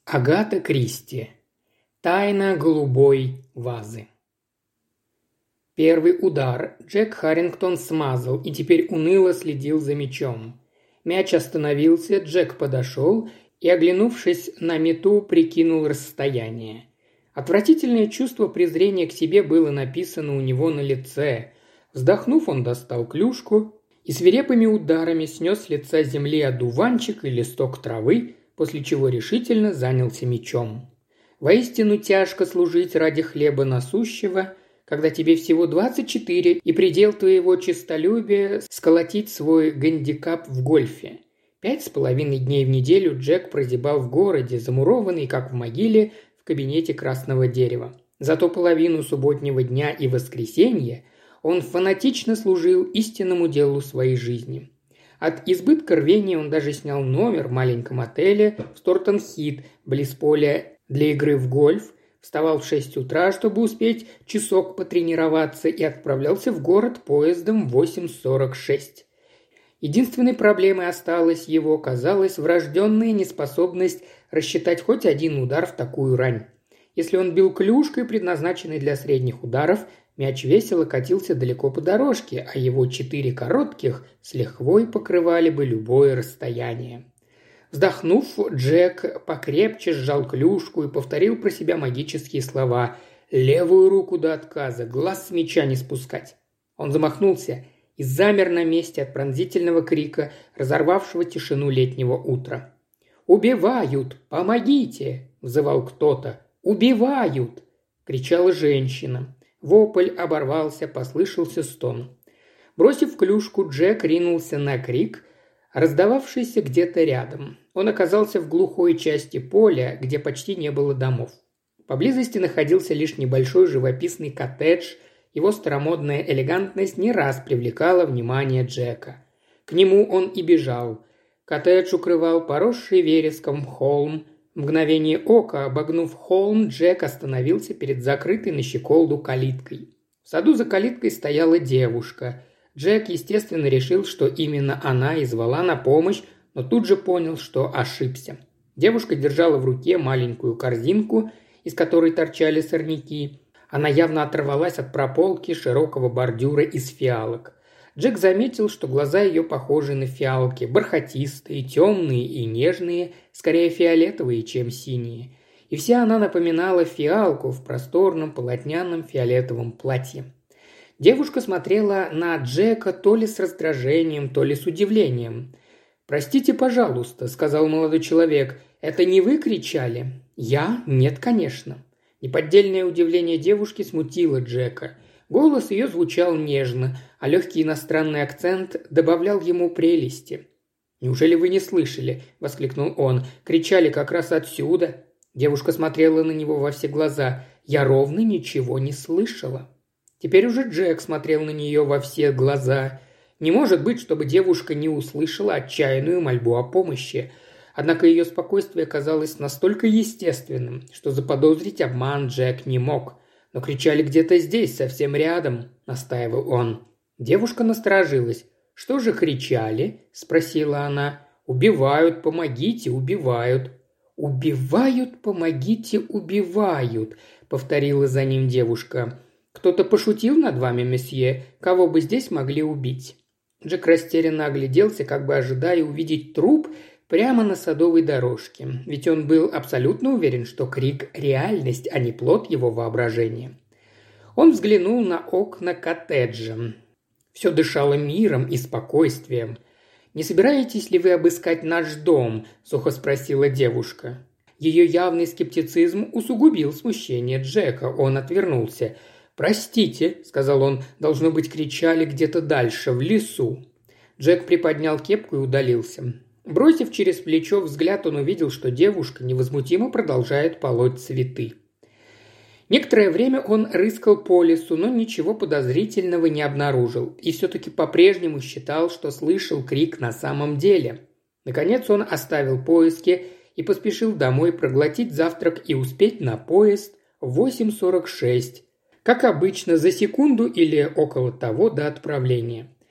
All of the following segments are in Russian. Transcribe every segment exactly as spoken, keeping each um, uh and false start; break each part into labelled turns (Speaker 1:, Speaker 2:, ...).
Speaker 1: Агата Кристи. Тайна голубой вазы. Первый удар Джек Харрингтон смазал и теперь уныло следил за мячом. Мяч остановился, Джек подошел и, оглянувшись на мету, прикинул расстояние. Отвратительное чувство презрения к себе было написано у него на лице. Вздохнув, он достал клюшку и свирепыми ударами снес с лица земли одуванчик и листок травы, после чего решительно занялся мечом. Воистину тяжко служить ради хлеба насущего, когда тебе всего двадцать четыре и предел твоего честолюбия сколотить свой гандикап в гольфе. Пять с половиной дней в неделю Джек прозябал в городе, замурованный, как в могиле, в кабинете красного дерева. Зато половину субботнего дня и воскресенья он фанатично служил истинному делу своей жизни. От избытка рвения он даже снял номер в маленьком отеле в Стортон-Хит, близ поля для игры в гольф, вставал в шесть утра, чтобы успеть часок потренироваться, и отправлялся в город поездом в восемь сорок шесть. Единственной проблемой осталась его, казалось, врожденная неспособность рассчитать хоть один удар в такую рань. Если он бил клюшкой, предназначенной для средних ударов, мяч весело катился далеко по дорожке, а его четыре коротких с лихвой покрывали бы любое расстояние. Вздохнув, Джек покрепче сжал клюшку и повторил про себя магические слова: «Левую руку до отказа, глаз с мяча не спускать». Он замахнулся и замер на месте от пронзительного крика, разорвавшего тишину летнего утра. «Убивают! Помогите!» – взывал кто-то. «Убивают!» – кричала женщина. Вопль оборвался, послышался стон. Бросив клюшку, Джек ринулся на крик, раздававшийся где-то рядом. Он оказался в глухой части поля, где почти не было домов. Поблизости находился лишь небольшой живописный коттедж. Его старомодная элегантность не раз привлекала внимание Джека. К нему он и бежал. Коттедж укрывал поросший вереском холм. В мгновение ока, обогнув холм, Джек остановился перед закрытой на щеколду калиткой. В саду за калиткой стояла девушка. Джек, естественно, решил, что именно она и звала на помощь, но тут же понял, что ошибся. Девушка держала в руке маленькую корзинку, из которой торчали сорняки. Она явно оторвалась от прополки широкого бордюра из фиалок. Джек заметил, что глаза ее похожи на фиалки, бархатистые, темные и нежные, скорее фиолетовые, чем синие. И вся она напоминала фиалку в просторном полотняном фиолетовом платье. Девушка смотрела на Джека то ли с раздражением, то ли с удивлением. «Простите, пожалуйста», – сказал молодой человек, – «это не вы кричали?» «Я? Нет, конечно». Неподдельное удивление девушки смутило Джека. Голос ее звучал нежно, а легкий иностранный акцент добавлял ему прелести. «Неужели вы не слышали?» – воскликнул он. «Кричали как раз отсюда». Девушка смотрела на него во все глаза. «Я ровно ничего не слышала». Теперь уже Джек смотрел на нее во все глаза. Не может быть, чтобы девушка не услышала отчаянную мольбу о помощи. Однако ее спокойствие казалось настолько естественным, что заподозрить обман Джек не мог. «Но кричали где-то здесь, совсем рядом», – настаивал он. Девушка насторожилась. «Что же кричали?» – спросила она. «Убивают, помогите, убивают». «Убивают, помогите, убивают», – повторила за ним девушка. «Кто-то пошутил над вами, месье? Кого бы здесь могли убить?» Джек растерянно огляделся, как бы ожидая увидеть труп прямо на садовой дорожке, ведь он был абсолютно уверен, что крик – реальность, а не плод его воображения. Он взглянул на окна коттеджа. Все дышало миром и спокойствием. «Не собираетесь ли вы обыскать наш дом?» – сухо спросила девушка. Ее явный скептицизм усугубил смущение Джека. Он отвернулся. «Простите», – сказал он, – «должно быть, кричали где-то дальше, в лесу». Джек приподнял кепку и удалился. Бросив через плечо взгляд, он увидел, что девушка невозмутимо продолжает полоть цветы. Некоторое время он рыскал по лесу, но ничего подозрительного не обнаружил, и все-таки по-прежнему считал, что слышал крик на самом деле. Наконец он оставил поиски и поспешил домой проглотить завтрак и успеть на поезд в восемь сорок шесть, как обычно, за секунду или около того до отправления.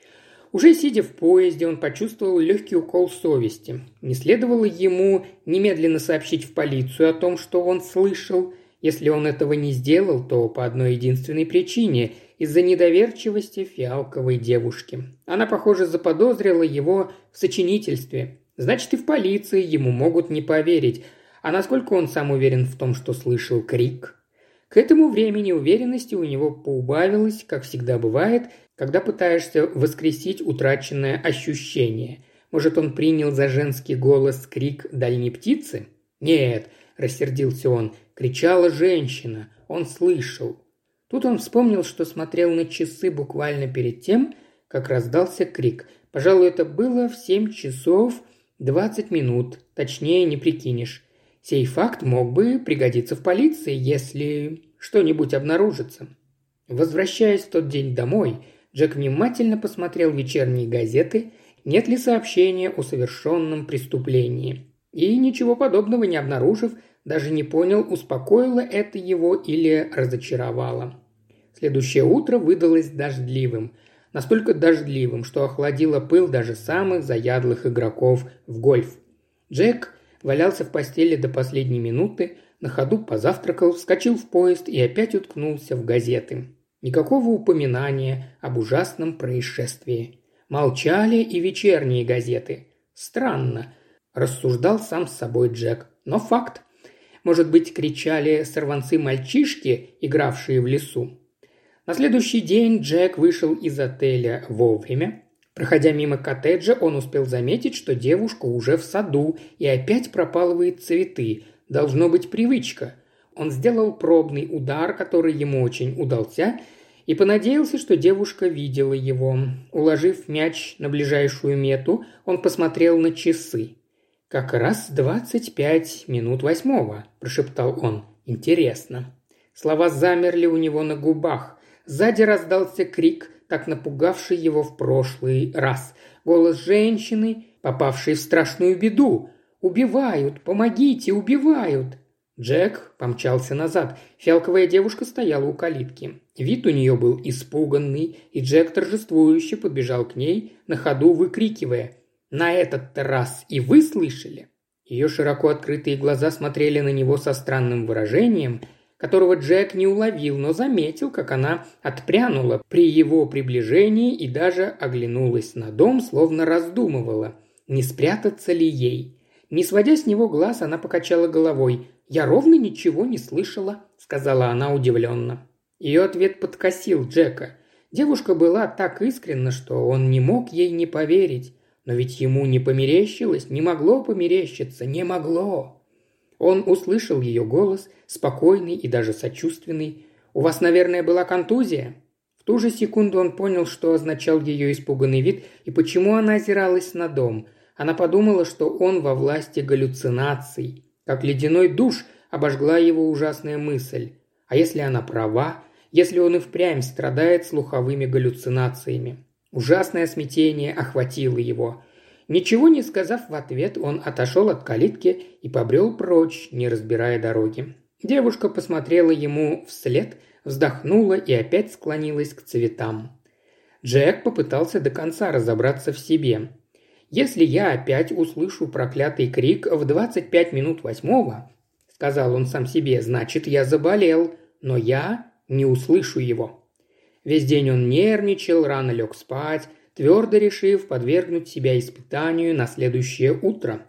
Speaker 1: Уже сидя в поезде, он почувствовал легкий укол совести. Не следовало ему немедленно сообщить в полицию о том, что он слышал. Если он этого не сделал, то по одной единственной причине – из-за недоверчивости фиалковой девушки. Она, похоже, заподозрила его в сочинительстве. Значит, и в полиции ему могут не поверить. А насколько он сам уверен в том, что слышал крик? К этому времени уверенности у него поубавилось, как всегда бывает, когда пытаешься воскресить утраченное ощущение. Может, он принял за женский голос крик дальней птицы? Нет, рассердился он, кричала женщина, он слышал. Тут он вспомнил, что смотрел на часы буквально перед тем, как раздался крик. Пожалуй, это было в семь часов двадцать минут, точнее не прикинешь. Сей факт мог бы пригодиться в полиции, если что-нибудь обнаружится. Возвращаясь в тот день домой, Джек внимательно посмотрел вечерние газеты, нет ли сообщения о совершенном преступлении. И, ничего подобного не обнаружив, даже не понял, успокоило это его или разочаровало. Следующее утро выдалось дождливым. Настолько дождливым, что охладило пыл даже самых заядлых игроков в гольф. Джек валялся в постели до последней минуты, на ходу позавтракал, вскочил в поезд и опять уткнулся в газеты. Никакого упоминания об ужасном происшествии. Молчали и вечерние газеты. Странно, рассуждал сам с собой Джек. Но факт. Может быть, кричали сорванцы-мальчишки, игравшие в лесу. На следующий день Джек вышел из отеля вовремя. Проходя мимо коттеджа, он успел заметить, что девушка уже в саду и опять пропалывает цветы. Должно быть привычка. Он сделал пробный удар, который ему очень удался, и понадеялся, что девушка видела его. Уложив мяч на ближайшую мету, он посмотрел на часы. «Как раз двадцать пять минут восьмого», – прошептал он. «Интересно». Слова замерли у него на губах. Сзади раздался крик, так напугавший его в прошлый раз. Голос женщины, попавшей в страшную беду. «Убивают! Помогите! Убивают!» Джек помчался назад. Фиалковая девушка стояла у калитки. Вид у нее был испуганный, и Джек торжествующе подбежал к ней, на ходу выкрикивая: «На этот раз и вы слышали?» Ее широко открытые глаза смотрели на него со странным выражением, которого Джек не уловил, но заметил, как она отпрянула при его приближении и даже оглянулась на дом, словно раздумывала, не спрятаться ли ей. Не сводя с него глаз, она покачала головой. «Я ровно ничего не слышала», — сказала она удивленно. Ее ответ подкосил Джека. Девушка была так искренна, что он не мог ей не поверить. Но ведь ему не померещилось, не могло померещиться, не могло. Он услышал ее голос, спокойный и даже сочувственный. «У вас, наверное, была контузия?» В ту же секунду он понял, что означал ее испуганный вид и почему она озиралась на дом. Она подумала, что он во власти галлюцинаций. Как ледяной душ обожгла его ужасная мысль. А если она права? Если он и впрямь страдает слуховыми галлюцинациями? Ужасное смятение охватило его. Ничего не сказав в ответ, он отошел от калитки и побрел прочь, не разбирая дороги. Девушка посмотрела ему вслед, вздохнула и опять склонилась к цветам. Джек попытался до конца разобраться в себе. «Если я опять услышу проклятый крик в двадцать пять минут восьмого, — сказал он сам себе, — значит, я заболел, но я не услышу его». Весь день он нервничал, рано лег спать, твердо решив подвергнуть себя испытанию на следующее утро.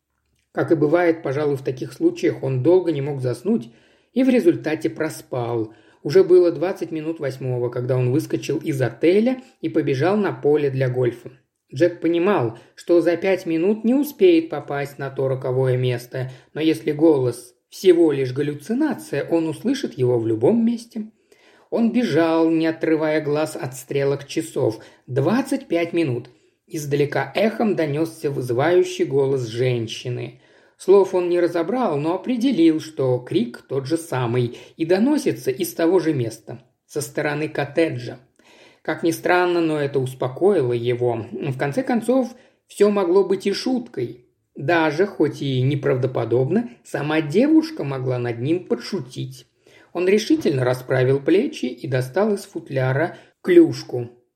Speaker 1: Как и бывает, пожалуй, в таких случаях, он долго не мог заснуть и в результате проспал. Уже было двадцать минут восьмого, когда он выскочил из отеля и побежал на поле для гольфа. Джек понимал, что за пять минут не успеет попасть на то роковое место, но если голос всего лишь галлюцинация, он услышит его в любом месте. Он бежал, не отрывая глаз от стрелок часов. Двадцать пять минут. Издалека эхом донесся вызывающий голос женщины. Слов он не разобрал, но определил, что крик тот же самый и доносится из того же места, со стороны коттеджа. Как ни странно, но это успокоило его. В конце концов, все могло быть и шуткой. Даже, хоть и неправдоподобно, сама девушка могла над ним подшутить. Он решительно расправил плечи и достал из футляра клюшку.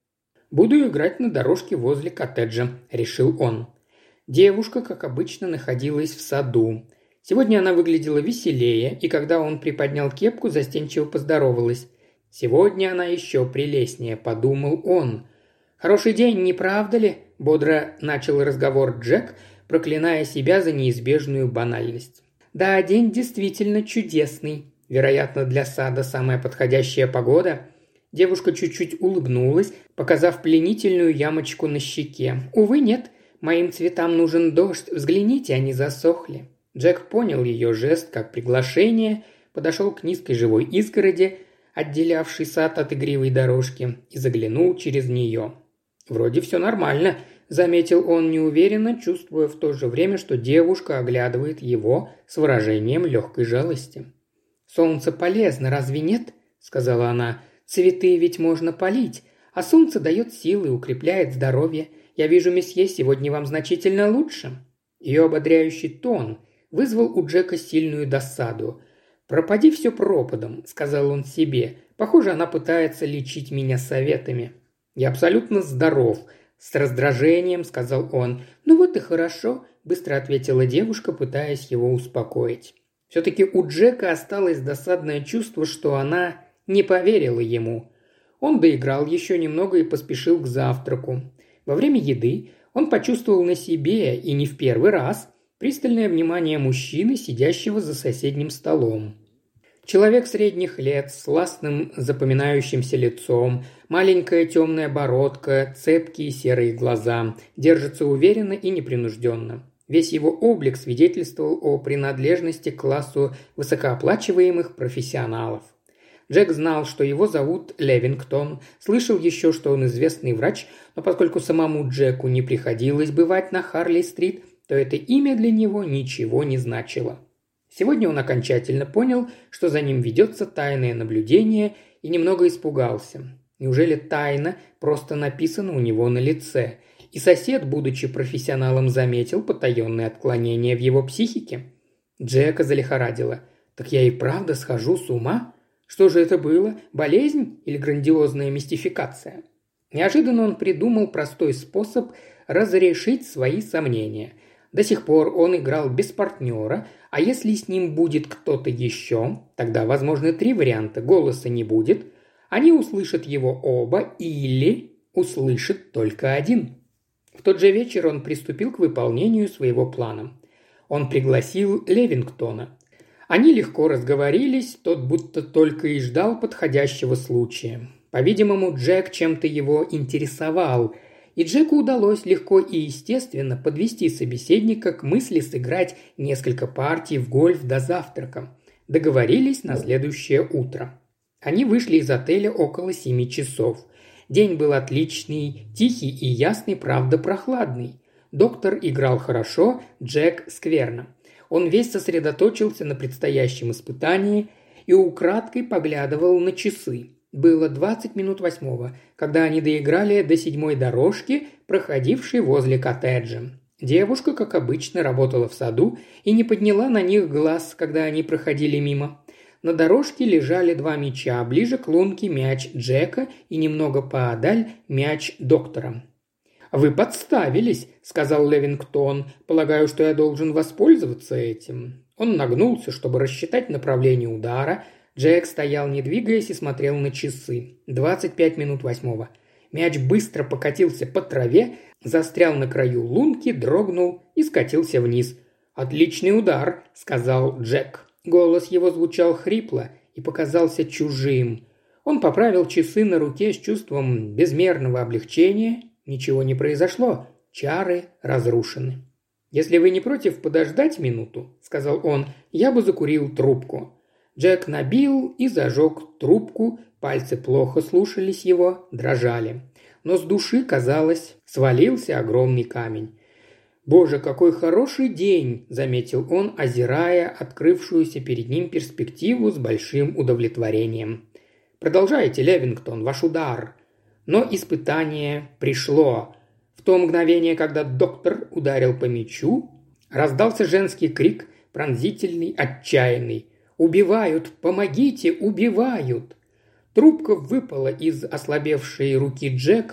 Speaker 1: «Буду играть на дорожке возле коттеджа», – решил он. Девушка, как обычно, находилась в саду. Сегодня она выглядела веселее, и когда он приподнял кепку, застенчиво поздоровалась. «Сегодня она еще прелестнее», – подумал он. «Хороший день, не правда ли?» – бодро начал разговор Джек, проклиная себя за неизбежную банальность. «Да, день действительно чудесный. Вероятно, для сада самая подходящая погода». Девушка чуть-чуть улыбнулась, показав пленительную ямочку на щеке. «Увы, нет. Моим цветам нужен дождь. Взгляните, они засохли». Джек понял ее жест как приглашение, подошел к низкой живой изгороди, отделявшей сад от игривой дорожки, и заглянул через нее. «Вроде все нормально», – заметил он неуверенно, чувствуя в то же время, что девушка оглядывает его с выражением легкой жалости. «Солнце полезно, разве нет?» – сказала она. «Цветы ведь можно полить, а солнце дает силы, укрепляет здоровье. Я вижу, месье, сегодня вам значительно лучше». Ее ободряющий тон вызвал у Джека сильную досаду. «Пропади все пропадом», – сказал он себе. «Похоже, она пытается лечить меня советами». «Я абсолютно здоров», – с раздражением сказал он. «Ну вот и хорошо», – быстро ответила девушка, пытаясь его успокоить. Все-таки у Джека осталось досадное чувство, что она не поверила ему. Он доиграл еще немного и поспешил к завтраку. Во время еды он почувствовал на себе, и не в первый раз, пристальное внимание мужчины, сидящего за соседним столом. Человек средних лет, с властным запоминающимся лицом, маленькая темная бородка, цепкие серые глаза, держится уверенно и непринужденно. Весь его облик свидетельствовал о принадлежности к классу высокооплачиваемых профессионалов. Джек знал, что его зовут Левингтон, слышал еще, что он известный врач, но поскольку самому Джеку не приходилось бывать на Харли-стрит, то это имя для него ничего не значило. Сегодня он окончательно понял, что за ним ведется тайное наблюдение, и немного испугался. Неужели тайна просто написана у него на лице? И сосед, будучи профессионалом, заметил потаенные отклонения в его психике? Джека залихорадило. «Так я и правда схожу с ума? Что же это было? Болезнь или грандиозная мистификация?» Неожиданно он придумал простой способ разрешить свои сомнения. До сих пор он играл без партнера, а если с ним будет кто-то еще, тогда возможны три варианта. Голоса не будет, они услышат его оба или услышит только один. В тот же вечер он приступил к выполнению своего плана. Он пригласил Левингтона. Они легко разговорились, тот будто только и ждал подходящего случая. По-видимому, Джек чем-то его интересовал, и Джеку удалось легко и естественно подвести собеседника к мысли сыграть несколько партий в гольф до завтрака. Договорились на следующее утро. Они вышли из отеля около семи часов. День был отличный, тихий и ясный, правда прохладный. Доктор играл хорошо, Джек скверно. Он весь сосредоточился на предстоящем испытании и украдкой поглядывал на часы. Было двадцать минут восьмого, когда они доиграли до седьмой дорожки, проходившей возле коттеджа. Девушка, как обычно, работала в саду и не подняла на них глаз, когда они проходили мимо. На дорожке лежали два мяча, ближе к лунке мяч Джека и немного поодаль мяч доктора. «Вы подставились», – сказал Левингтон. «Полагаю, что я должен воспользоваться этим». Он нагнулся, чтобы рассчитать направление удара. Джек стоял, не двигаясь, и смотрел на часы. Двадцать пять минут восьмого. Мяч быстро покатился по траве, застрял на краю лунки, дрогнул и скатился вниз. «Отличный удар», – сказал Джек. Голос его звучал хрипло и показался чужим. Он поправил часы на руке с чувством безмерного облегчения. Ничего не произошло. Чары разрушены. «Если вы не против подождать минуту», – сказал он, – «я бы закурил трубку». Джек набил и зажег трубку, пальцы плохо слушались его, дрожали. Но с души, казалось, свалился огромный камень. «Боже, какой хороший день!» – заметил он, озирая открывшуюся перед ним перспективу с большим удовлетворением. «Продолжайте, Левингтон, ваш удар». Но испытание пришло. В то мгновение, когда доктор ударил по мячу, раздался женский крик, пронзительный, отчаянный. «Убивают! Помогите! Убивают!» Трубка выпала из ослабевшей руки Джека.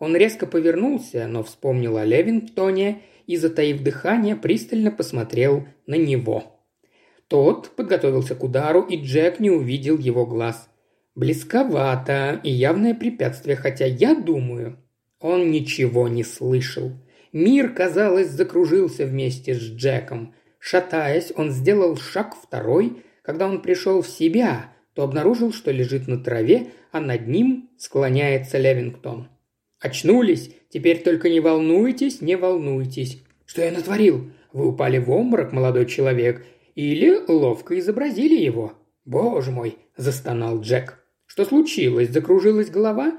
Speaker 1: Он резко повернулся, но вспомнил о Левингтоне и, затаив дыхание, пристально посмотрел на него. Тот подготовился к удару, и Джек не увидел его глаз. Близковато и явное препятствие, хотя я думаю, он ничего не слышал. Мир, казалось, закружился вместе с Джеком. Шатаясь, он сделал шаг второй. Когда он пришел в себя, то обнаружил, что лежит на траве, а над ним склоняется Левингтон. «Очнулись? Теперь только не волнуйтесь, не волнуйтесь». «Что я натворил? Вы упали в обморок, молодой человек, или ловко изобразили его?» «Боже мой!» – застонал Джек. «Что случилось? Закружилась голова?»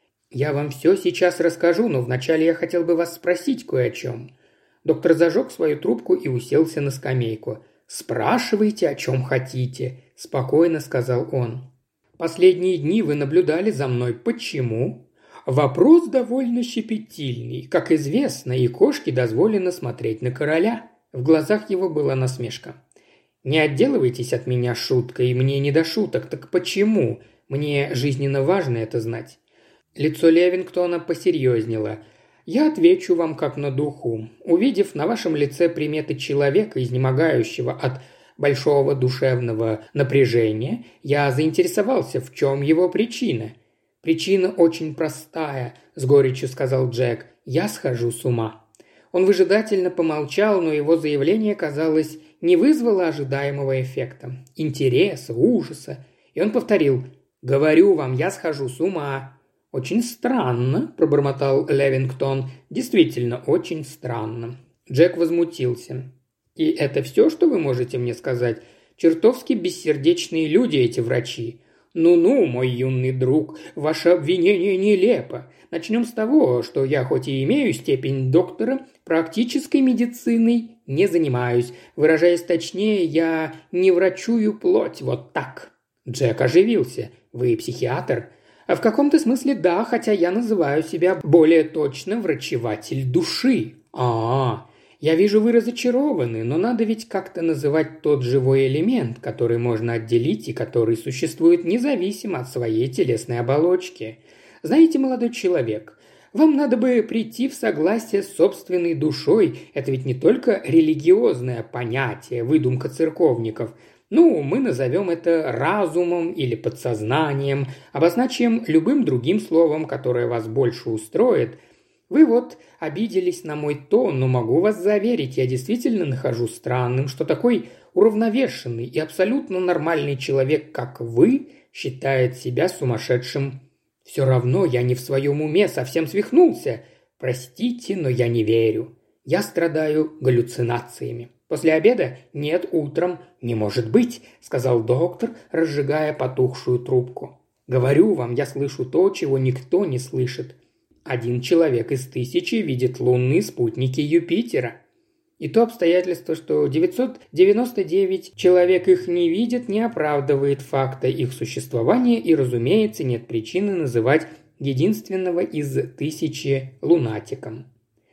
Speaker 1: «Я вам все сейчас расскажу, но вначале я хотел бы вас спросить кое о чем». Доктор зажег свою трубку и уселся на скамейку. «Спрашивайте, о чем хотите», – спокойно сказал он. «Последние дни вы наблюдали за мной. Почему?» «Вопрос довольно щепетильный. Как известно, и кошке дозволено смотреть на короля». В глазах его была насмешка. «Не отделывайтесь от меня шуткой, мне не до шуток. Так почему? Мне жизненно важно это знать». Лицо Левингтона посерьезнело. «Я отвечу вам как на духу. Увидев на вашем лице приметы человека, изнемогающего от большого душевного напряжения, я заинтересовался, в чем его причина». «Причина очень простая», – с горечью сказал Джек. «Я схожу с ума». Он выжидательно помолчал, но его заявление, казалось, не вызвало ожидаемого эффекта. Интереса, ужаса. И он повторил: «Говорю вам, я схожу с ума». «Очень странно», – пробормотал Левингтон. «Действительно, очень странно». Джек возмутился. «И это все, что вы можете мне сказать? Чертовски бессердечные люди эти врачи. Ну-ну, мой юный друг, ваше обвинение нелепо. Начнем с того, что я хоть и имею степень доктора, практической медициной не занимаюсь. Выражаясь точнее, я не врачую плоть, вот так». Джек оживился. «Вы психиатр?» «А в каком-то смысле да, хотя я называю себя более точно врачеватель души». «А, я вижу, вы разочарованы, но надо ведь как-то называть тот живой элемент, который можно отделить и который существует независимо от своей телесной оболочки. Знаете, молодой человек, вам надо бы прийти в согласие с собственной душой. Это ведь не только религиозное понятие, выдумка церковников. Ну, мы назовем это разумом или подсознанием, обозначим любым другим словом, которое вас больше устроит. Вы вот обиделись на мой тон, но могу вас заверить, я действительно нахожу странным, что такой уравновешенный и абсолютно нормальный человек, как вы, считает себя сумасшедшим. Все равно я не в своем уме, совсем свихнулся. Простите, но я не верю. Я страдаю галлюцинациями. После обеда? Нет, утром. Не может быть, сказал доктор, разжигая потухшую трубку. Говорю вам, я слышу то, чего никто не слышит. Один человек из тысячи видит лунные спутники Юпитера. И то обстоятельство, что девятьсот девяносто девять человек их не видят, не оправдывает факта их существования и, разумеется, нет причины называть единственного из тысячи лунатиком.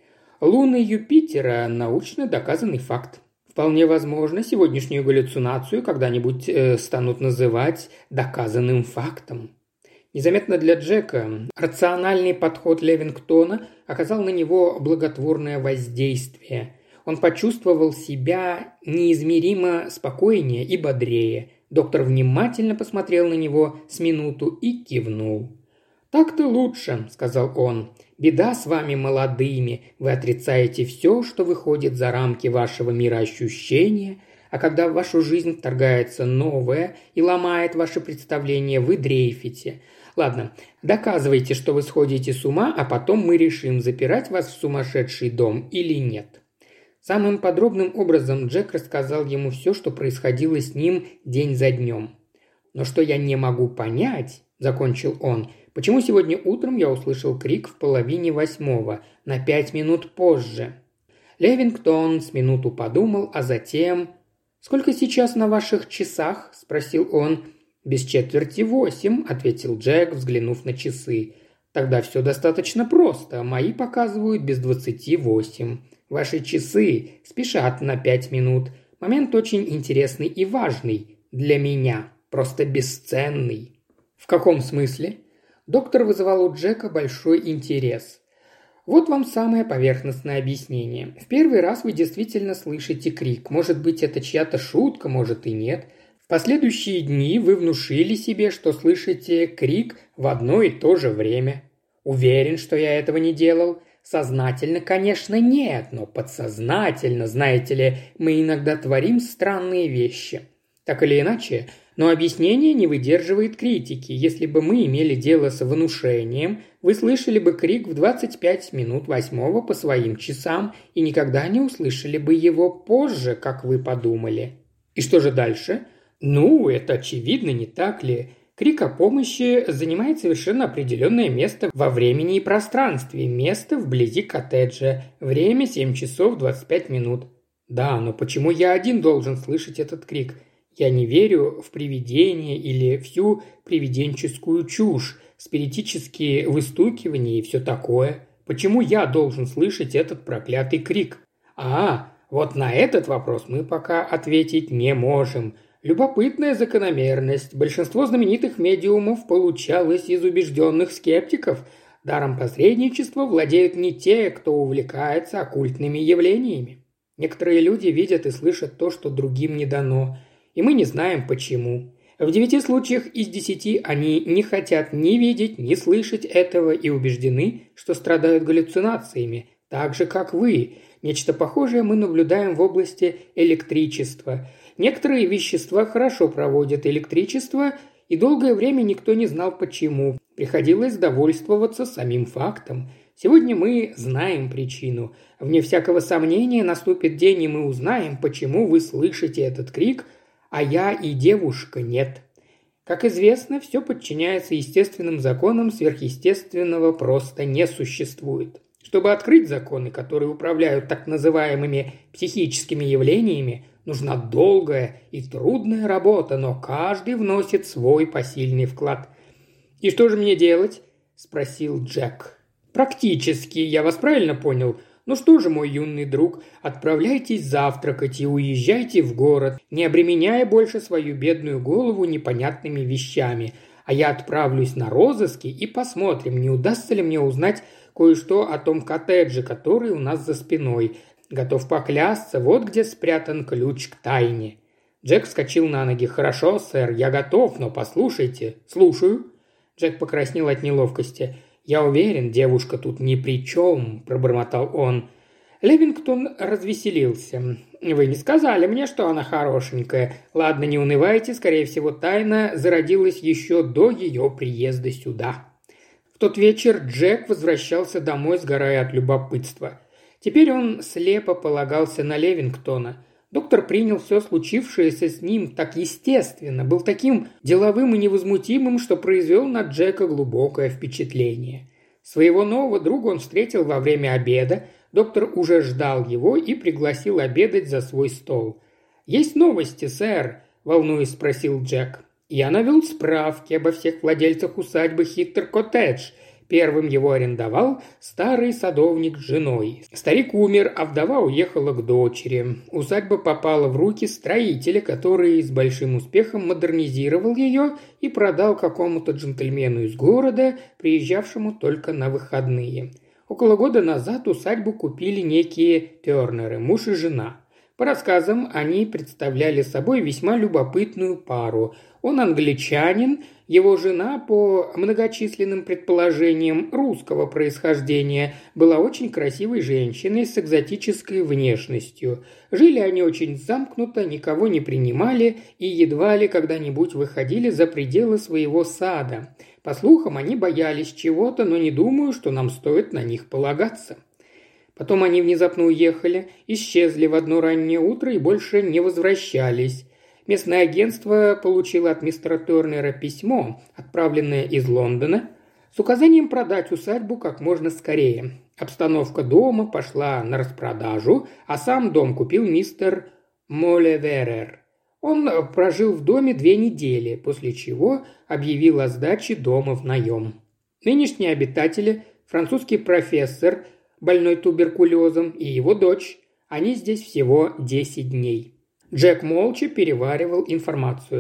Speaker 1: Луны Юпитера – научно доказанный факт. Вполне возможно, сегодняшнюю галлюцинацию когда-нибудь э, станут называть доказанным фактом. Незаметно для Джека рациональный подход Левингтона оказал на него благотворное воздействие. Он почувствовал себя неизмеримо спокойнее и бодрее. Доктор внимательно посмотрел на него с минуту и кивнул. «Так-то лучше», – сказал он. «Беда с вами молодыми. Вы отрицаете все, что выходит за рамки вашего мироощущения, а когда в вашу жизнь вторгается новое и ломает ваши представления, вы дрейфите. Ладно, доказывайте, что вы сходите с ума, а потом мы решим, запирать вас в сумасшедший дом или нет». Самым подробным образом Джек рассказал ему все, что происходило с ним день за днем. «Но что я не могу понять», – закончил он, – «почему сегодня утром я услышал крик в половине восьмого, на пять минут позже?» Левингтон с минуту подумал, а затем... «Сколько сейчас на ваших часах?» – спросил он. «Без четверти восемь», – ответил Джек, взглянув на часы. «Тогда все достаточно просто. Мои показывают без двадцати восемь. Ваши часы спешат на пять минут. Момент очень интересный и важный. Для меня. Просто бесценный». «В каком смысле?» Доктор вызывал у Джека большой интерес. Вот вам самое поверхностное объяснение. В первый раз вы действительно слышите крик. Может быть, это чья-то шутка, может и нет. В последующие дни вы внушили себе, что слышите крик в одно и то же время. Уверен, что я этого не делал. Сознательно, конечно, нет, но подсознательно, знаете ли, мы иногда творим странные вещи. Так или иначе, но объяснение не выдерживает критики. Если бы мы имели дело с внушением, вы слышали бы крик в двадцать пять минут восьмого по своим часам и никогда не услышали бы его позже, как вы подумали. И что же дальше? Ну, это очевидно, не так ли? Крик о помощи занимает совершенно определенное место во времени и пространстве, место вблизи коттеджа, время семь часов двадцать пять минут. Да, но почему я один должен слышать этот крик? Я не верю в привидения или всю привиденческую чушь, спиритические выстукивания и все такое. Почему я должен слышать этот проклятый крик? А, вот на этот вопрос мы пока ответить не можем. Любопытная закономерность. Большинство знаменитых медиумов получалось из убежденных скептиков. Даром посредничества владеют не те, кто увлекается оккультными явлениями. Некоторые люди видят и слышат то, что другим не дано. И мы не знаем почему. В девяти случаях из десяти они не хотят ни видеть, ни слышать этого и убеждены, что страдают галлюцинациями, так же, как вы. Нечто похожее мы наблюдаем в области электричества. Некоторые вещества хорошо проводят электричество, и долгое время никто не знал почему. Приходилось довольствоваться самим фактом. Сегодня мы знаем причину. Вне всякого сомнения наступит день, и мы узнаем, почему вы слышите этот крик, а я и девушка нет. Как известно, все подчиняется естественным законам, сверхъестественного просто не существует. Чтобы открыть законы, которые управляют так называемыми психическими явлениями, нужна долгая и трудная работа, но каждый вносит свой посильный вклад. «И что же мне делать?» – спросил Джек. «Практически, я вас правильно понял? Ну что же, мой юный друг, отправляйтесь завтракать и уезжайте в город, не обременяя больше свою бедную голову непонятными вещами, а я отправлюсь на розыски и посмотрим, не удастся ли мне узнать кое-что о том коттедже, который у нас за спиной. Готов поклясться, вот где спрятан ключ к тайне». Джек вскочил на ноги. «Хорошо, сэр, я готов, но послушайте». «Слушаю». Джек покраснел от неловкости. «Я уверен, девушка тут ни при чем», – пробормотал он. Левингтон развеселился. «Вы не сказали мне, что она хорошенькая. Ладно, не унывайте, скорее всего, тайна зародилась еще до ее приезда сюда». В тот вечер Джек возвращался домой, сгорая от любопытства. Теперь он слепо полагался на Левингтона. Доктор принял все случившееся с ним так естественно, был таким деловым и невозмутимым, что произвел на Джека глубокое впечатление. Своего нового друга он встретил во время обеда, доктор уже ждал его и пригласил обедать за свой стол. «Есть новости, сэр?» – волнуясь спросил Джек. «Я навел справки обо всех владельцах усадьбы Хиттер-Коттедж. Первым его арендовал старый садовник с женой. Старик умер, а вдова уехала к дочери. Усадьба попала в руки строителя, который с большим успехом модернизировал ее и продал какому-то джентльмену из города, приезжавшему только на выходные. Около года назад усадьбу купили некие Тернеры, муж и жена. По рассказам, они представляли собой весьма любопытную пару. Он англичанин, его жена, по многочисленным предположениям русского происхождения, была очень красивой женщиной с экзотической внешностью. Жили они очень замкнуто, никого не принимали и едва ли когда-нибудь выходили за пределы своего сада. По слухам, они боялись чего-то, но не думаю, что нам стоит на них полагаться. Потом они внезапно уехали, исчезли в одно раннее утро и больше не возвращались. Местное агентство получило от мистера Тернера письмо, отправленное из Лондона, с указанием продать усадьбу как можно скорее. Обстановка дома пошла на распродажу, а сам дом купил мистер Молеверер. Он прожил в доме две недели, после чего объявил о сдаче дома в наем. Нынешние обитатели, французский профессор, больной туберкулезом, и его дочь, они здесь всего десять дней. Джек молча переваривал информацию.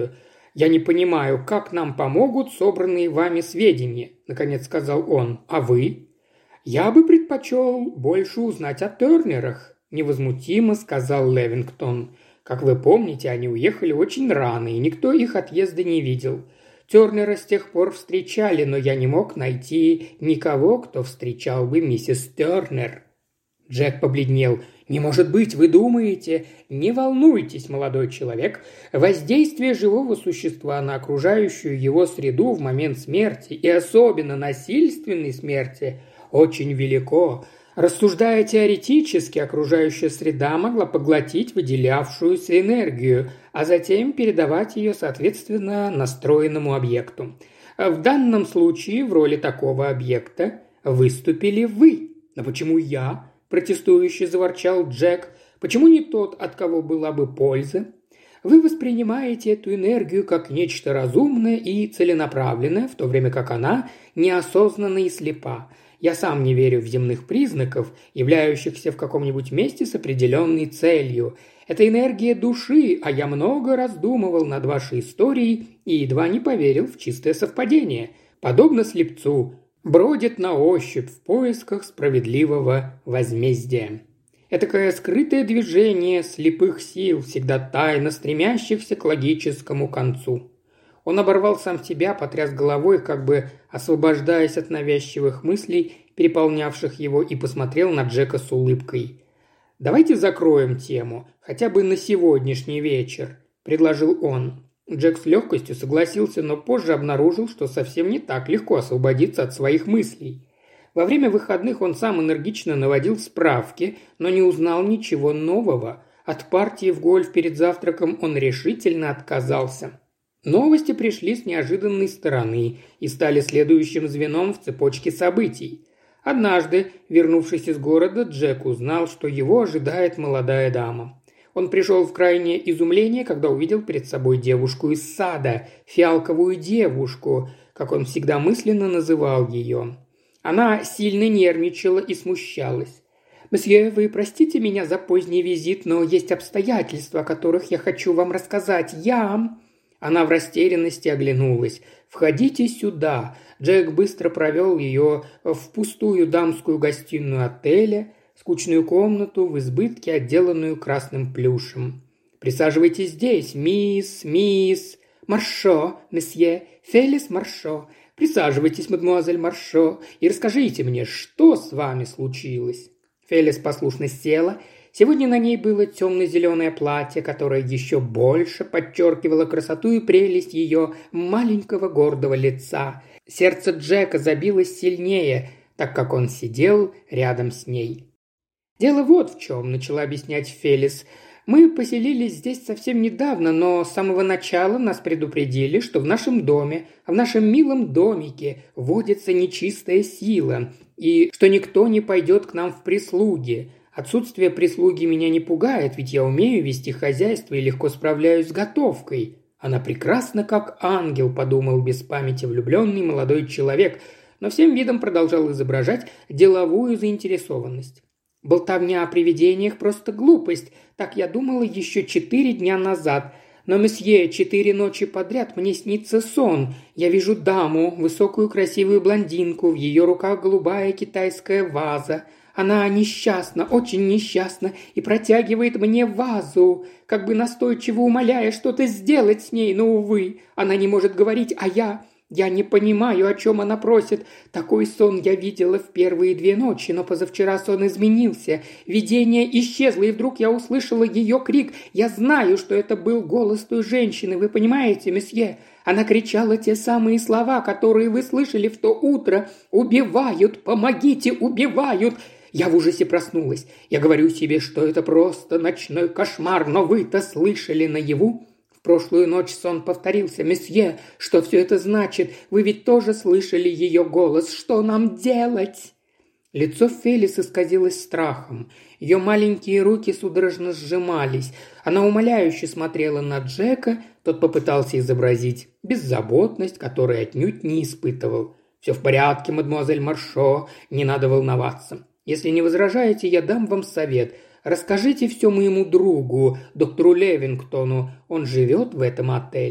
Speaker 1: «Я не понимаю, как нам помогут собранные вами сведения», – наконец сказал он. «А вы?» «Я бы предпочел больше узнать о Тернерах», – невозмутимо сказал Левингтон. «Как вы помните, они уехали очень рано, и никто их отъезда не видел. Тернера с тех пор встречали, но я не мог найти никого, кто встречал бы миссис Тернер». Джек побледнел. «Не может быть, вы думаете?» «Не волнуйтесь, молодой человек. Воздействие живого существа на окружающую его среду в момент смерти, и особенно насильственной смерти, очень велико. Рассуждая теоретически, окружающая среда могла поглотить выделявшуюся энергию, а затем передавать ее, соответственно, настроенному объекту. В данном случае в роли такого объекта выступили вы. Но почему я?» – протестующе заворчал Джек. «Почему не тот, от кого была бы польза? Вы воспринимаете эту энергию как нечто разумное и целенаправленное, в то время как она неосознанна и слепа. Я сам не верю в земных признаков, являющихся в каком-нибудь месте с определенной целью. Это энергия души, а я много раздумывал над вашей историей и едва не поверил в чистое совпадение. Подобно слепцу, бродит на ощупь в поисках справедливого возмездия. Этакое скрытое движение слепых сил, всегда тайно стремящихся к логическому концу». Он оборвал сам себя, потряс головой, как бы освобождаясь от навязчивых мыслей, переполнявших его, и посмотрел на Джека с улыбкой. «Давайте закроем тему, хотя бы на сегодняшний вечер», – предложил он. Джек с легкостью согласился, но позже обнаружил, что совсем не так легко освободиться от своих мыслей. Во время выходных он сам энергично наводил справки, но не узнал ничего нового. От партии в гольф перед завтраком он решительно отказался. Новости пришли с неожиданной стороны и стали следующим звеном в цепочке событий. Однажды, вернувшись из города, Джек узнал, что его ожидает молодая дама. Он пришел в крайнее изумление, когда увидел перед собой девушку из сада, фиалковую девушку, как он всегда мысленно называл ее. Она сильно нервничала и смущалась. «Месье, вы простите меня за поздний визит, но есть обстоятельства, о которых я хочу вам рассказать. Я...» Она в растерянности оглянулась. «Входите сюда». Джек быстро провел ее в пустую дамскую гостиную отеля, скучную комнату в избытке, отделанную красным плюшем. «Присаживайтесь здесь, мисс, мисс Маршо, месье, Фелис Маршо. Присаживайтесь, мадемуазель Маршо, и расскажите мне, что с вами случилось». Фелис послушно села. Сегодня на ней было темно-зеленое платье, которое еще больше подчеркивало красоту и прелесть ее маленького гордого лица. Сердце Джека забилось сильнее, так как он сидел рядом с ней. «Дело вот в чем», – начала объяснять Фелис. «Мы поселились здесь совсем недавно, но с самого начала нас предупредили, что в нашем доме, в нашем милом домике водится нечистая сила, и что никто не пойдет к нам в прислуги. Отсутствие прислуги меня не пугает, ведь я умею вести хозяйство и легко справляюсь с готовкой. Она прекрасна, как ангел», – подумал без памяти влюбленный молодой человек, но всем видом продолжал изображать деловую заинтересованность. «Болтовня о привидениях – просто глупость. Так я думала еще четыре дня назад. Но, месье, четыре ночи подряд мне снится сон. Я вижу даму, высокую красивую блондинку, в ее руках голубая китайская ваза. Она несчастна, очень несчастна, и протягивает мне вазу, как бы настойчиво умоляя что-то сделать с ней, но, увы, она не может говорить, а я... Я не понимаю, о чем она просит. Такой сон я видела в первые две ночи, но позавчера сон изменился. Видение исчезло, и вдруг я услышала ее крик. Я знаю, что это был голос той женщины, вы понимаете, месье? Она кричала те самые слова, которые вы слышали в то утро. «Убивают! Помогите! Убивают!» Я в ужасе проснулась. Я говорю себе, что это просто ночной кошмар, но вы-то слышали наяву? В прошлую ночь сон повторился. «Месье, что все это значит? Вы ведь тоже слышали ее голос. Что нам делать?» Лицо Фелис исказилось страхом. Ее маленькие руки судорожно сжимались. Она умоляюще смотрела на Джека. Тот попытался изобразить беззаботность, которой отнюдь не испытывал. «Все в порядке, мадемуазель Маршо, не надо волноваться. Если не возражаете, я дам вам совет. Расскажите все моему другу, доктору Левингтону. Он живет в этом отеле».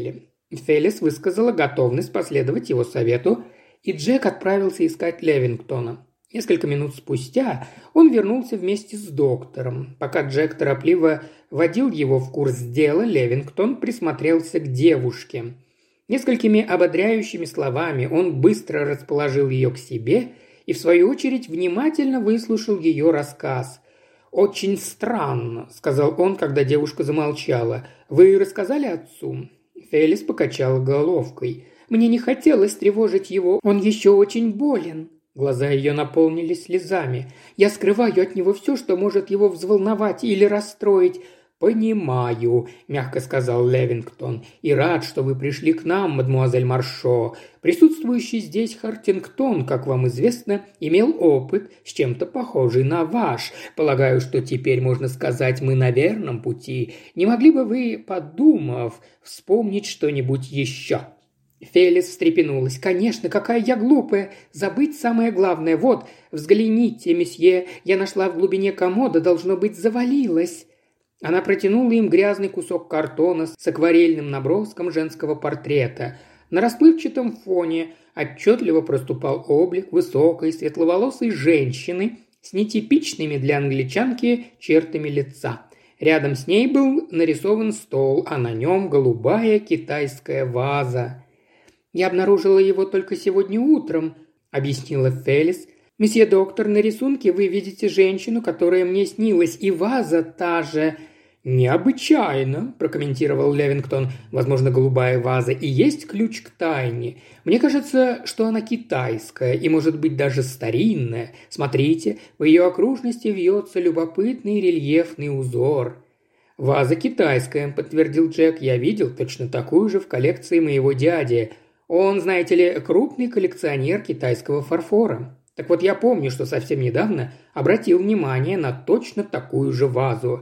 Speaker 1: Фелис высказала готовность последовать его совету, и Джек отправился искать Левингтона. Несколько минут спустя он вернулся вместе с доктором. Пока Джек торопливо вводил его в курс дела, Левингтон присмотрелся к девушке. Несколькими ободряющими словами он быстро расположил ее к себе и, в свою очередь, внимательно выслушал ее рассказ. «Очень странно», – сказал он, когда девушка замолчала. «Вы рассказали отцу?» Фелис покачала головкой. «Мне не хотелось тревожить его, он еще очень болен». Глаза ее наполнились слезами. «Я скрываю от него все, что может его взволновать или расстроить». «Понимаю», – мягко сказал Левингтон, – «и рад, что вы пришли к нам, мадемуазель Маршо. Присутствующий здесь Хартингтон, как вам известно, имел опыт с чем-то похожий на ваш. Полагаю, что теперь, можно сказать, мы на верном пути. Не могли бы вы, подумав, вспомнить что-нибудь еще?» Фелис встрепенулась. «Конечно, какая я глупая! Забыть самое главное. Вот, взгляните, месье, я нашла в глубине комода, должно быть, завалилась». Она протянула им грязный кусок картона с акварельным наброском женского портрета. На расплывчатом фоне отчетливо проступал облик высокой светловолосой женщины с нетипичными для англичанки чертами лица. Рядом с ней был нарисован стол, а на нем голубая китайская ваза. «Я обнаружила его только сегодня утром», – объяснила Фелис. «Месье доктор, на рисунке вы видите женщину, которая мне снилась, и ваза та же». «Необычайно», – прокомментировал Левингтон. «Возможно, голубая ваза и есть ключ к тайне. Мне кажется, что она китайская и, может быть, даже старинная. Смотрите, в ее окружности вьется любопытный рельефный узор». «Ваза китайская», – подтвердил Джек. «Я видел точно такую же в коллекции моего дяди. Он, знаете ли, крупный коллекционер китайского фарфора. Так вот, я помню, что совсем недавно обратил внимание на точно такую же вазу».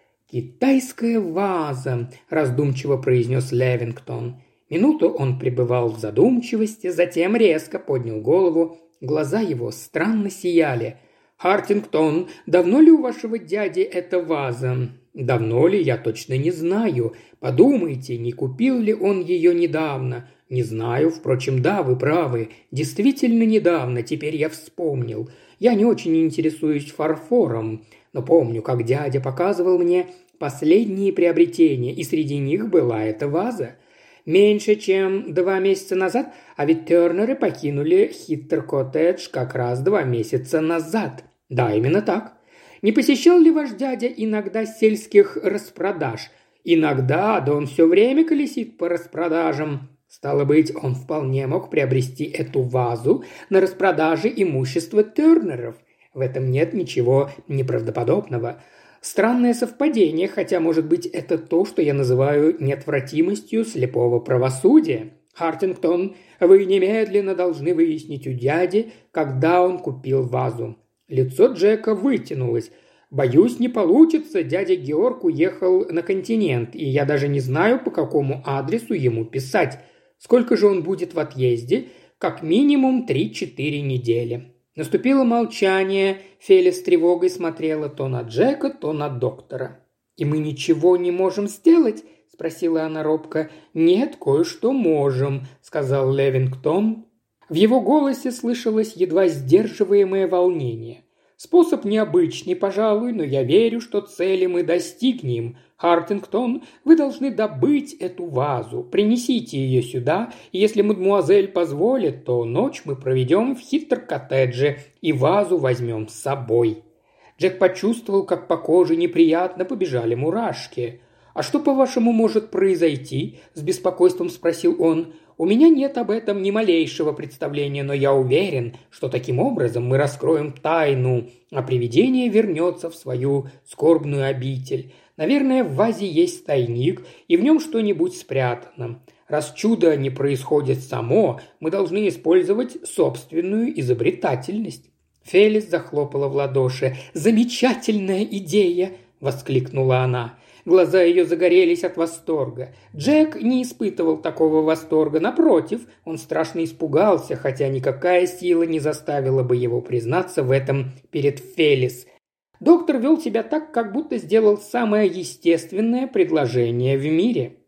Speaker 1: «Китайская ваза», – раздумчиво произнес Левингтон. Минуту он пребывал в задумчивости, затем резко поднял голову. Глаза его странно сияли. «Хартингтон, давно ли у вашего дяди эта ваза?» «Давно ли, я точно не знаю. Подумайте, не купил ли он ее недавно?» «Не знаю. Впрочем, да, вы правы. Действительно недавно, теперь я вспомнил. Я не очень интересуюсь фарфором, но помню, как дядя показывал мне последние приобретения, и среди них была эта ваза. Меньше чем два месяца назад, а ведь Тернеры покинули Хиттер-коттедж как раз два месяца назад. Да, именно так. Не посещал ли ваш дядя иногда сельских распродаж? Иногда, да он все время колесит по распродажам. Стало быть, он вполне мог приобрести эту вазу на распродаже имущества Тернеров. В этом нет ничего неправдоподобного. Странное совпадение, хотя, может быть, это то, что я называю неотвратимостью слепого правосудия. Хартингтон, вы немедленно должны выяснить у дяди, когда он купил вазу». Лицо Джека вытянулось. «Боюсь, не получится. Дядя Георг уехал на континент, и я даже не знаю, по какому адресу ему писать. Сколько же он будет в отъезде? Как минимум три-четыре недели». Наступило молчание. Фелис с тревогой смотрела то на Джека, то на доктора. «И мы ничего не можем сделать?» – спросила она робко. «Нет, кое-что можем», – сказал Левингтон. В его голосе слышалось едва сдерживаемое волнение. «Способ необычный, пожалуй, но я верю, что цели мы достигнем. Хартингтон, вы должны добыть эту вазу. Принесите ее сюда, и если мадемуазель позволит, то ночь мы проведем в Хиттер-коттедже и вазу возьмем с собой». Джек почувствовал, как по коже неприятно побежали мурашки. «А что, по-вашему, может произойти?» – с беспокойством спросил он. «У меня нет об этом ни малейшего представления, но я уверен, что таким образом мы раскроем тайну, а привидение вернется в свою скорбную обитель. Наверное, в вазе есть тайник, и в нем что-нибудь спрятано. Раз чудо не происходит само, мы должны использовать собственную изобретательность». Фелис захлопала в ладоши. «Замечательная идея!» – воскликнула она. Глаза ее загорелись от восторга. Джек не испытывал такого восторга. Напротив, он страшно испугался, хотя никакая сила не заставила бы его признаться в этом перед Фелис. Доктор вел себя так, как будто сделал самое естественное предложение в мире.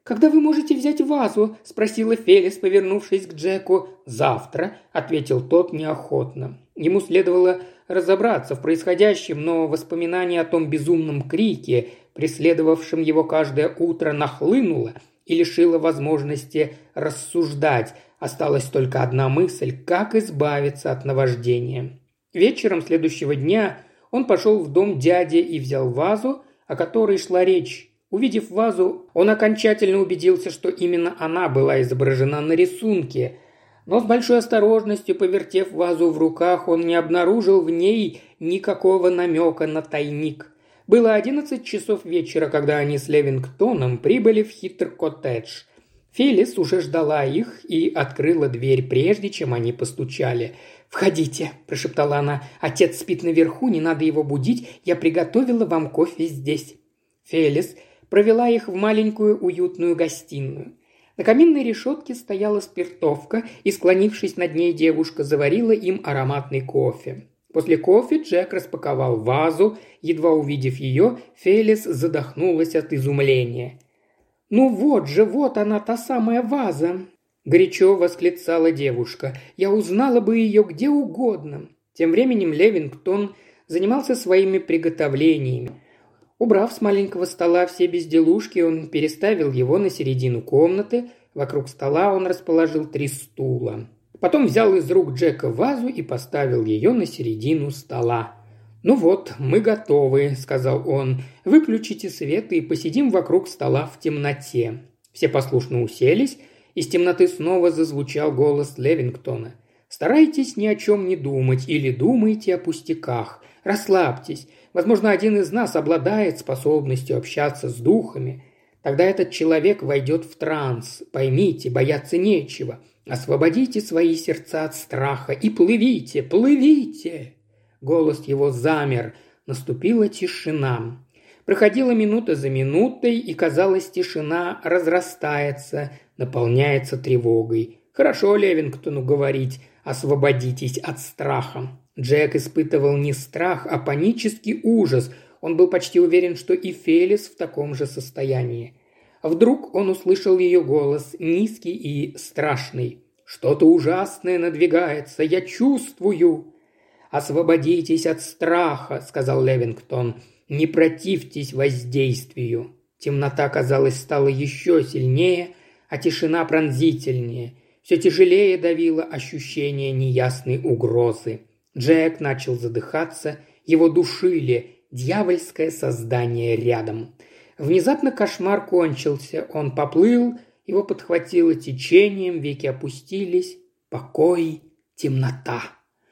Speaker 1: «Когда вы можете взять вазу?» – спросила Фелис, повернувшись к Джеку. «Завтра», – ответил тот неохотно. Ему следовало разобраться в происходящем, но воспоминание о том безумном крике, преследовавшем его каждое утро, нахлынуло и лишило возможности рассуждать. Осталась только одна мысль – как избавиться от наваждения. Вечером следующего дня он пошел в дом дяди и взял вазу, о которой шла речь. Увидев вазу, он окончательно убедился, что именно она была изображена на рисунке. Но с большой осторожностью, повертев вазу в руках, он не обнаружил в ней никакого намека на тайник. Было одиннадцать часов вечера, когда они с Левингтоном прибыли в Хитр-коттедж. Фелис уже ждала их и открыла дверь, прежде чем они постучали. «Входите», – прошептала она. «Отец спит наверху, не надо его будить. Я приготовила вам кофе здесь». Фелис провела их в маленькую уютную гостиную. На каминной решетке стояла спиртовка, и, склонившись над ней, девушка заварила им ароматный кофе. После кофе Джек распаковал вазу. Едва увидев ее, Фелис задохнулась от изумления. «Ну вот же, вот она, та самая ваза!» – горячо восклицала девушка. «Я узнала бы ее где угодно». Тем временем Левингтон занимался своими приготовлениями. Убрав с маленького стола все безделушки, он переставил его на середину комнаты. Вокруг стола он расположил три стула. Потом взял из рук Джека вазу и поставил ее на середину стола. «Ну вот, мы готовы», – сказал он. «Выключите свет и посидим вокруг стола в темноте». Все послушно уселись. Из темноты снова зазвучал голос Левингтона. «Старайтесь ни о чем не думать или думайте о пустяках. Расслабьтесь. Возможно, один из нас обладает способностью общаться с духами. Тогда этот человек войдет в транс. Поймите, бояться нечего. Освободите свои сердца от страха и плывите, плывите!» Голос его замер. Наступила тишина. Проходила минута за минутой, и, казалось, тишина разрастается, наполняется тревогой. Хорошо Левингтону говорить «освободитесь от страха». Джек испытывал не страх, а панический ужас. Он был почти уверен, что и Фелис в таком же состоянии. Вдруг он услышал ее голос, низкий и страшный. «Что-то ужасное надвигается, я чувствую». «Освободитесь от страха», – сказал Левингтон. «Не противьтесь воздействию». Темнота, казалось, стала еще сильнее, а тишина пронзительнее. Все тяжелее давило ощущение неясной угрозы. Джек начал задыхаться, его душили, дьявольское создание рядом. Внезапно кошмар кончился, он поплыл, его подхватило течением, веки опустились. Покой, темнота.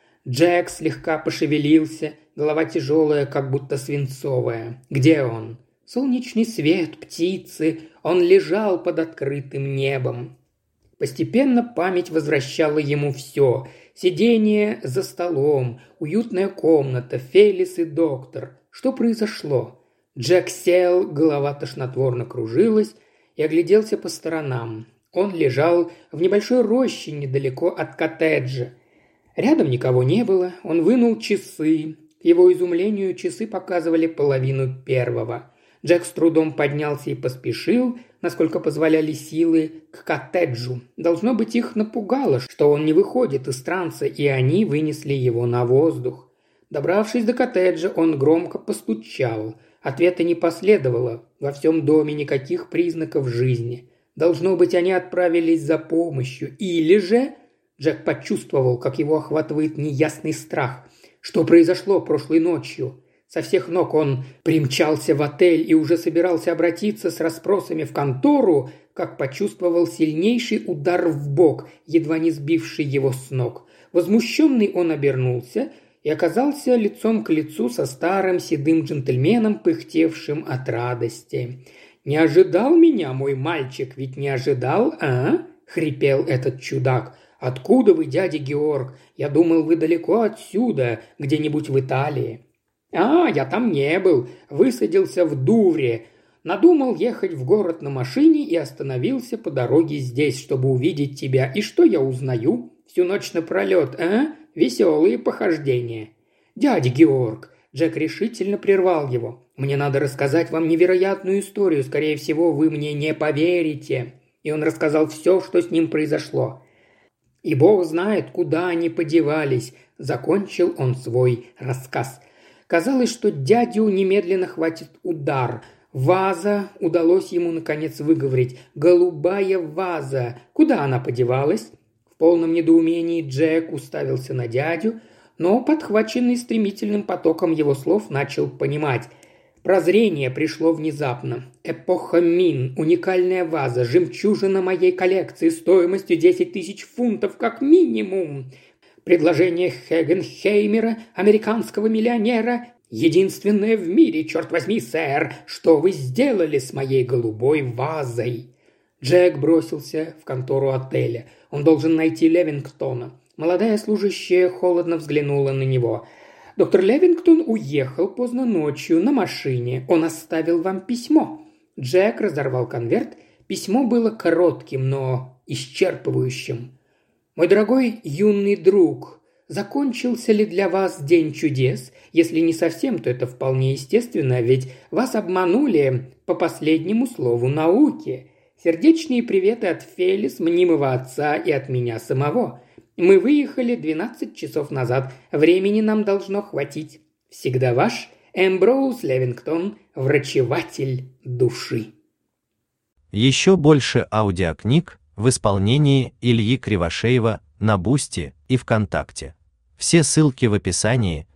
Speaker 1: Джек слегка пошевелился, голова тяжелая, как будто свинцовая. Где он? Солнечный свет, птицы. Он лежал под открытым небом. Постепенно память возвращала ему все. Сидение за столом, уютная комната, Фелис и доктор. Что произошло? Джек сел, голова тошнотворно кружилась и огляделся по сторонам. Он лежал в небольшой роще недалеко от коттеджа. Рядом никого не было. Он вынул часы. К его изумлению часы показывали половину первого. Джек с трудом поднялся и поспешил, насколько позволяли силы, к коттеджу. Должно быть, их напугало, что он не выходит из транса, и они вынесли его на воздух. Добравшись до коттеджа, он громко постучал. Ответа не последовало. Во всем доме никаких признаков жизни. Должно быть, они отправились за помощью. Или же... Джек почувствовал, как его охватывает неясный страх. Что произошло прошлой ночью? Со всех ног он примчался в отель и уже собирался обратиться с расспросами в контору, как почувствовал сильнейший удар в бок, едва не сбивший его с ног. Возмущенный он обернулся и оказался лицом к лицу со старым седым джентльменом, пыхтевшим от радости. «Не ожидал меня, мой мальчик, ведь не ожидал, а?» – хрипел этот чудак. «Откуда вы, дядя Георг? Я думал, вы далеко отсюда, где-нибудь в Италии». «А, я там не был. Высадился в Дувре. Надумал ехать в город на машине и остановился по дороге здесь, чтобы увидеть тебя. И что я узнаю? Всю ночь напролет, а? Веселые похождения». «Дядя Георг, Джек решительно прервал его. «Мне надо рассказать вам невероятную историю. Скорее всего, вы мне не поверите». И он рассказал все, что с ним произошло. «И Бог знает, куда они подевались», – закончил он свой рассказ. Казалось, что дядю немедленно хватит удар. «Ваза», – удалось ему наконец выговорить. «Голубая ваза. Куда она подевалась?» В полном недоумении Джек уставился на дядю, но, подхваченный стремительным потоком его слов, начал понимать. Прозрение пришло внезапно. Эпоха Мин, уникальная ваза, жемчужина моей коллекции стоимостью десять тысяч фунтов как минимум. Предложение Хегенхеймера, американского миллионера, единственное в мире, черт возьми, сэр, что вы сделали с моей голубой вазой? Джек бросился в контору отеля. Он должен найти Левингтона. Молодая служащая холодно взглянула на него. «Доктор Левингтон уехал поздно ночью на машине. Он оставил вам письмо». Джек разорвал конверт. Письмо было коротким, но исчерпывающим. «Мой дорогой юный друг, закончился ли для вас день чудес? Если не совсем, то это вполне естественно, ведь вас обманули по последнему слову науки. Сердечные приветы от Фелис, мнимого отца, и от меня самого. Мы выехали двенадцать часов назад. Времени нам должно хватить. Всегда ваш Эмброуз Левингтон, врачеватель души».
Speaker 2: Еще больше аудиокниг в исполнении Ильи Кривошеева на Бусти и ВКонтакте. Все ссылки в описании.